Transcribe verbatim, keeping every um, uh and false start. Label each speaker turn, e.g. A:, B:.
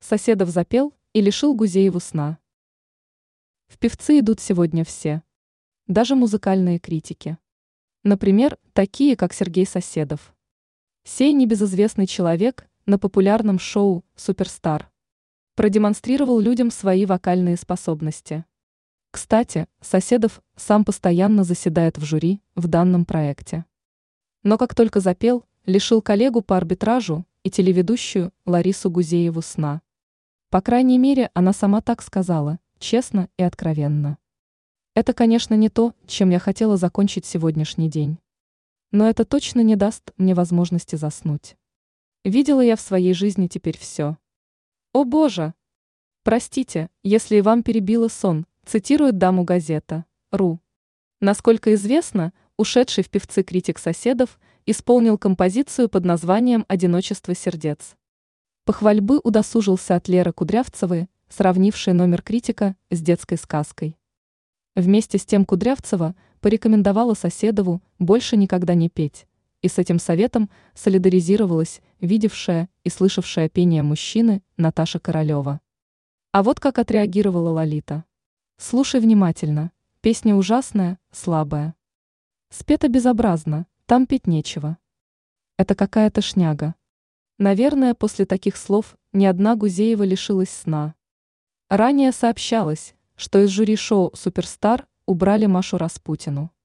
A: Соседов запел и лишил Гузееву сна. В певцы идут сегодня все, даже музыкальные критики. Например, такие, как Сергей Соседов. Сей небезызвестный человек на популярном шоу «Суперстар» продемонстрировал людям свои вокальные способности. Кстати, Соседов сам постоянно заседает в жюри в данном проекте. Но как только запел, лишил коллегу по арбитражу и телеведущую Ларису Гузееву сна. По крайней мере, она сама так сказала, честно и откровенно. Это, конечно, не то, чем я хотела закончить сегодняшний день. Но это точно не даст мне возможности заснуть. Видела я в своей жизни теперь все. О боже! Простите, если и вам перебило сон, цитирует даму газета «Ру». Насколько известно, ушедший в певцы критик Соседов исполнил композицию под названием «Одиночество сердец». Похвальбы удосужился от Леры Кудрявцевой, сравнившей номер критика с детской сказкой. Вместе с тем Кудрявцева порекомендовала Соседову больше никогда не петь, и с этим советом солидаризировалась видевшая и слышавшая пение мужчины Наташа Королева. А вот как отреагировала Лолита. Слушай внимательно, песня ужасная, слабая. Спета безобразно, там петь нечего. Это какая-то шняга. Наверное, после таких слов ни одна Гузеева лишилась сна. Ранее сообщалось, что из жюри шоу «Суперстар» убрали Машу Распутину.